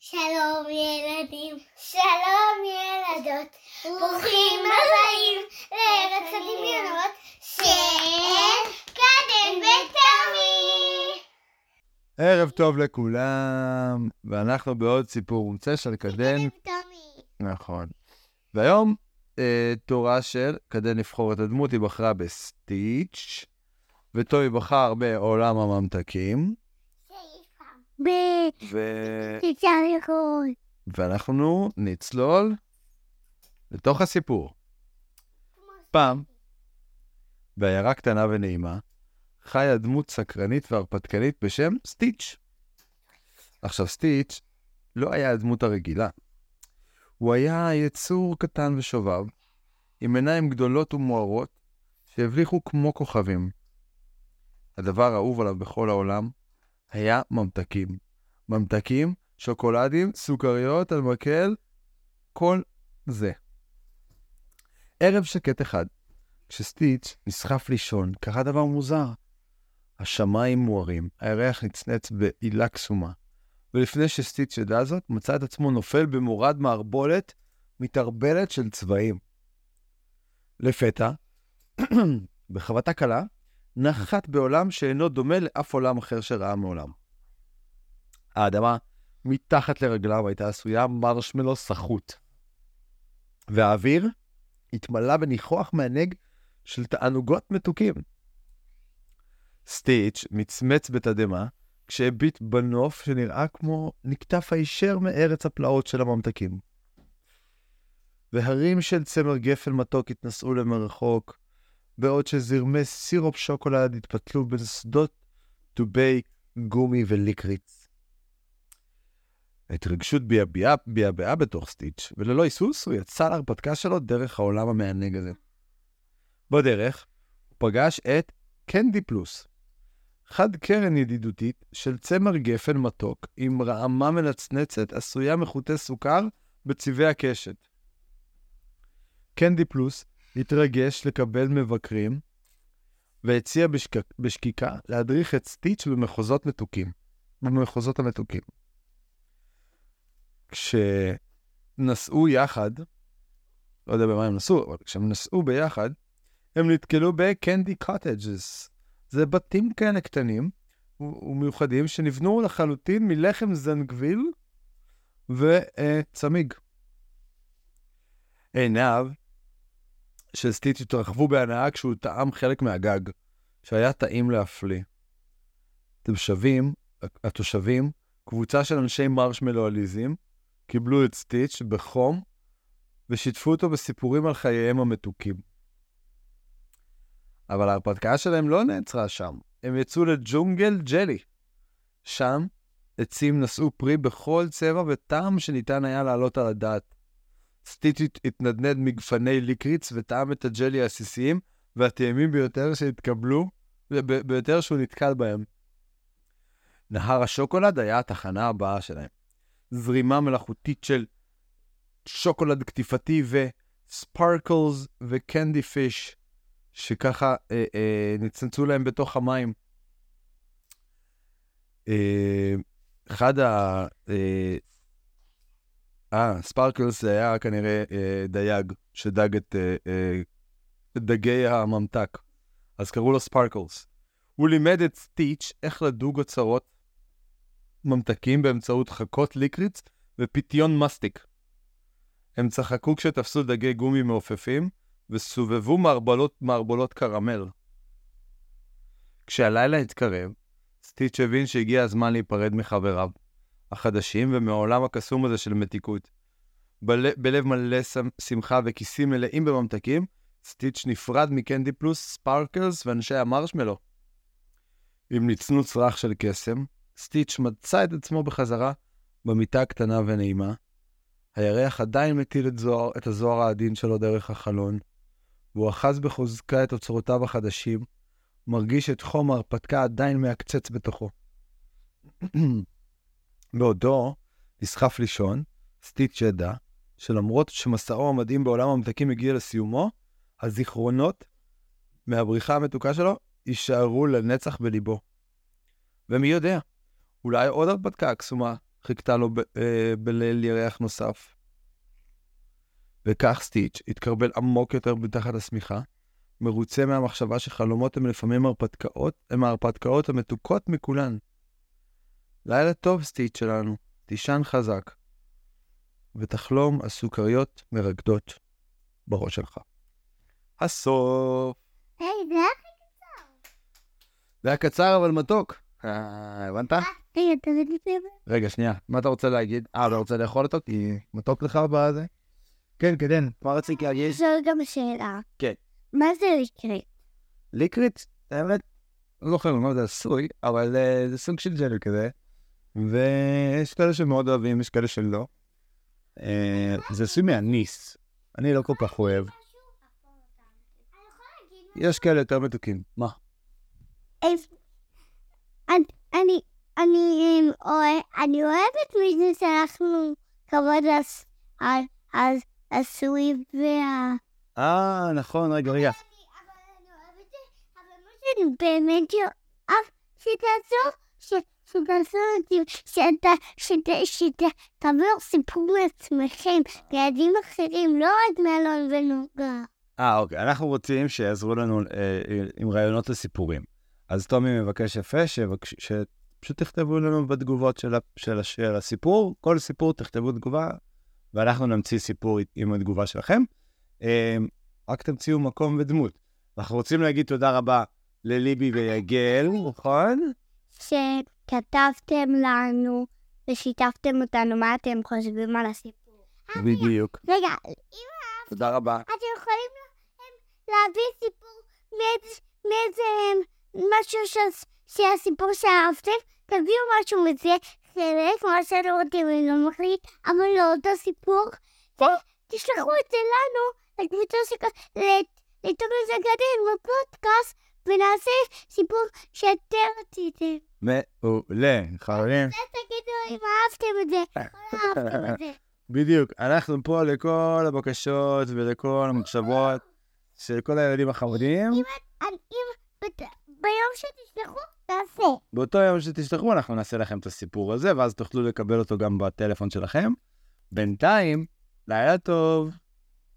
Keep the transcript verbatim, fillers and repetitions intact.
שלום ילדים, שלום ילדות, ברוכים הבאים לארץ הדמיונות של קדם ותמי. ערב טוב לכולם, ואנחנו בעוד סיפור מומצא של קדם ותמי. נכון. והיום אה, תורה של קדם לבחור את הדמות, היא בחרה בסטיץ', וטובי בחר בעולם הממתקים. ב... ו... תצא לכל. ואנחנו נצלול לתוך הסיפור. פעם, בעיירה קטנה ונעימה, חיה דמות סקרנית והרפתקנית בשם סטיץ'. עכשיו, סטיץ' לא היה הדמות הרגילה. הוא היה יצור קטן ושובב, עם עיניים גדולות ומוארות, שהבליחו כמו כוכבים. הדבר האהוב עליו בכל העולם היה ממתקים. ממתקים, שוקולדים, סוכריות על מקל, כל זה. ערב שקט אחד, כשסטיץ' נסחף לישון, קרה דבר מוזר. השמיים מוארים, הירח נצנץ בעילה קסומה. ולפני שסטיץ' ידע זאת, מצא את עצמו נופל במורד מערבולת מתערבלת של צבעים. לפתע, בחבטה קלה, נחת בעולם שאינו דומה לאף עולם אחר שראה מעולם. האדמה מתחת לרגליו הייתה עשויה מרשמלו סחוט. והאוויר התמלא בניחוח מענג של תענוגות מתוקים. סטיץ' מצמץ בתדמה, כשהביט בנוף שנראה כמו נקטף הישר מארץ הפלאות של הממתקים. והרים של צמר גפן מתוק התנסעו למרחוק, בעוד שזרמי סירופ שוקולד התפתלו בשדות דובי גומי וליקריץ. ההתרגשות ביעביעה ביעביעה בתוך סטיץ', וללא היסוס הוא יצא להרפתקה שלו דרך העולם המענג הזה. בדרך הוא פגש את קנדי פלוס, חד קרן ידידותית של צמר גפן מתוק עם רעמה מנצנצת עשויה מחוטי סוכר בצבעי הקשת. קנדי פלוס התרגש לקבל מבקרים והציע בשק... בשקיקה להדריך את סטיץ' במחוזות מתוקים, במחוזות המתוקים. כשנסעו יחד, לא יודע במה הם נסעו, אבל כשהם נסעו ביחד, הם נתקלו בקנדי קוטג'ס. זה בתים כאלה קטנים ומיוחדים שנבנו לחלוטין מלחם זנגוויל וצמיג. עיניו של סטיץ' התרחבו בהנאה כשהוא טעם חלק מהגג, שהיה טעים להפליא. התושבים, התושבים, קבוצה של אנשי מרשמלו עליזים, קיבלו את סטיץ' בחום ושיתפו אותו בסיפורים על חייהם המתוקים. אבל ההרפתקה שלהם לא נעצרה שם. הם יצאו לג'ונגל ג'לי. שם עצים נשאו פרי בכל צבע וטעם שניתן היה לעלות על הדעת. סטיץ' התנדנד מגפני ליקריץ וטעם את הג'לי העסיסיים והטעימים ביותר שהתקבלו, ב- ביותר שהוא נתקל בהם. נהר השוקולד היה התחנה הבאה שלהם. זרימה מלאכותית של שוקולד קטיפתי וספרקלס וקנדי פיש, שככה אה, אה, נצנצו להם בתוך המים. אה, אחד ה... אה, אה, ספרקלס זה היה כנראה אה, דייג, שדג את, אה, אה, את דגי הממתק. אז קראו לו ספרקלס. הוא לימד את סטיץ' איך לדוג אוצרות ממתקים באמצעות חכות ליקריץ ופיתיון מסטיק. הם צחקו כשתפסו דגי גומי מעופפים, וסובבו מערבולות, מערבולות קרמל. כשהלילה התקרב, סטיץ' הבין שהגיע הזמן להיפרד מחבריו החדשים ומעולם הקסום הזה של מתיקות. בל... בלב מלא שמחה וכיסים מלאים בממתקים, סטיץ' נפרד מקנדי פלוס, ספרקלס ואנשי המרשמלו. עם נצנוץ רך של קסם, סטיץ' מצא את עצמו בחזרה במיטה הקטנה ונעימה. הירח עדיין מטיל את, זוהר, את הזוהר העדין שלו דרך החלון, והוא אחז בחוזקה את אוצרותיו החדשים, מרגיש את חום ההרפתקה עדיין מהקצץ בתוכו. בעודו נסחף לישון, סטיץ' ידע שלמרות שמסעו המדהים בעולם הממתקים הגיע לסיומו, הזיכרונות מהבריחה המתוקה שלו יישארו לנצח בליבו. ומי יודע, אולי עוד הרפתקה הקסומה חיכתה לו ב- אה, בליל ירח נוסף. וכך סטיץ' התקרבל עמוק יותר בתחת השמיכה, מרוצה מהמחשבה שחלומות הם לפעמים הרפתקאות, הם ההרפתקאות המתוקות מכולן. לילה טוב, סטיץ' שלנו, תישן חזק, ותחלום על סוכריות מרקדות בראש שלך. הסוף. היי, זה היה זה היה קצר אבל מתוק. אה, הבנת? רגע, תגיד לי זה. רגע, שנייה, מה אתה רוצה להגיד? אה, אתה רוצה לאכול אותו? כי מתוק לך בזה? כן, כן. מה רציתי להגיד? זו גם שאלה. כן. מה זה ליקרית? ליקריט, האמת, לא זוכר מה זה עשוי, אבל uh, זה סוג של ג'לי כזה. ויש כאלה שמאוד אוהבים, יש כאלה שלא. Uh, זה עשוי מהניס. אני לא כל כך אוהב. יש כאלה יותר מתוקים. מה? אני, אני, אני אוהב- אני אוהבת מזה שאנחנו כבוד לס- על על הסווי וה... אה, נכון, רגע, רגע. אבל אני אוהבת את זה, אבל מה שאני באמת אוהב שתעשו, ש- שתעשו אותי, שאתה, שאתה, שאתה, תעבור סיפור מעצמכם, לילדים אחרים, לא רק מאלון ונוגה. אה, אוקיי. אנחנו רוצים שיעזרו לנו אה, אה, עם רעיונות לסיפורים. אז תומי מבקש יפה שבקש, שפשוט תכתבו לנו בתגובות של, ה- של, הש- של הסיפור. כל סיפור תכתבו תגובה, ואנחנו נמציא סיפור עם התגובה שלכם. אה, רק תמציאו מקום ודמות. אנחנו רוצים להגיד תודה רבה לליבי ויגל, נכון? שכתבתם לנו ושיתפתם אותנו מה אתם חושבים על הסיפור. בדיוק. רגע, תודה רבה. אתם יכולים לה- להביא סיפור מאיזה- מאיזה משהו ש- שהסיפור שאהבתם, תביאו משהו מזה, חלק, מה שלא רוצים, אני לא מחליט, אבל לא אותו סיפור, ותשלחו את זה לנו, לקבוצה לתומי זגדין בפודקאסט, ונעשה סיפור שאתם רציתם. מעולה, חברים. תגידו אם אהבתם את זה, או לא אהבתם את זה. בדיוק. אנחנו פה לכל הבקשות ולכל המחשבות של כל הילדים החמודים. אם בת- ביום שתשלחו, תעשה. באותו יום שתשלחו, אנחנו נעשה לכם את הסיפור הזה, ואז תוכלו לקבל אותו גם בטלפון שלכם. בינתיים, לילה טוב.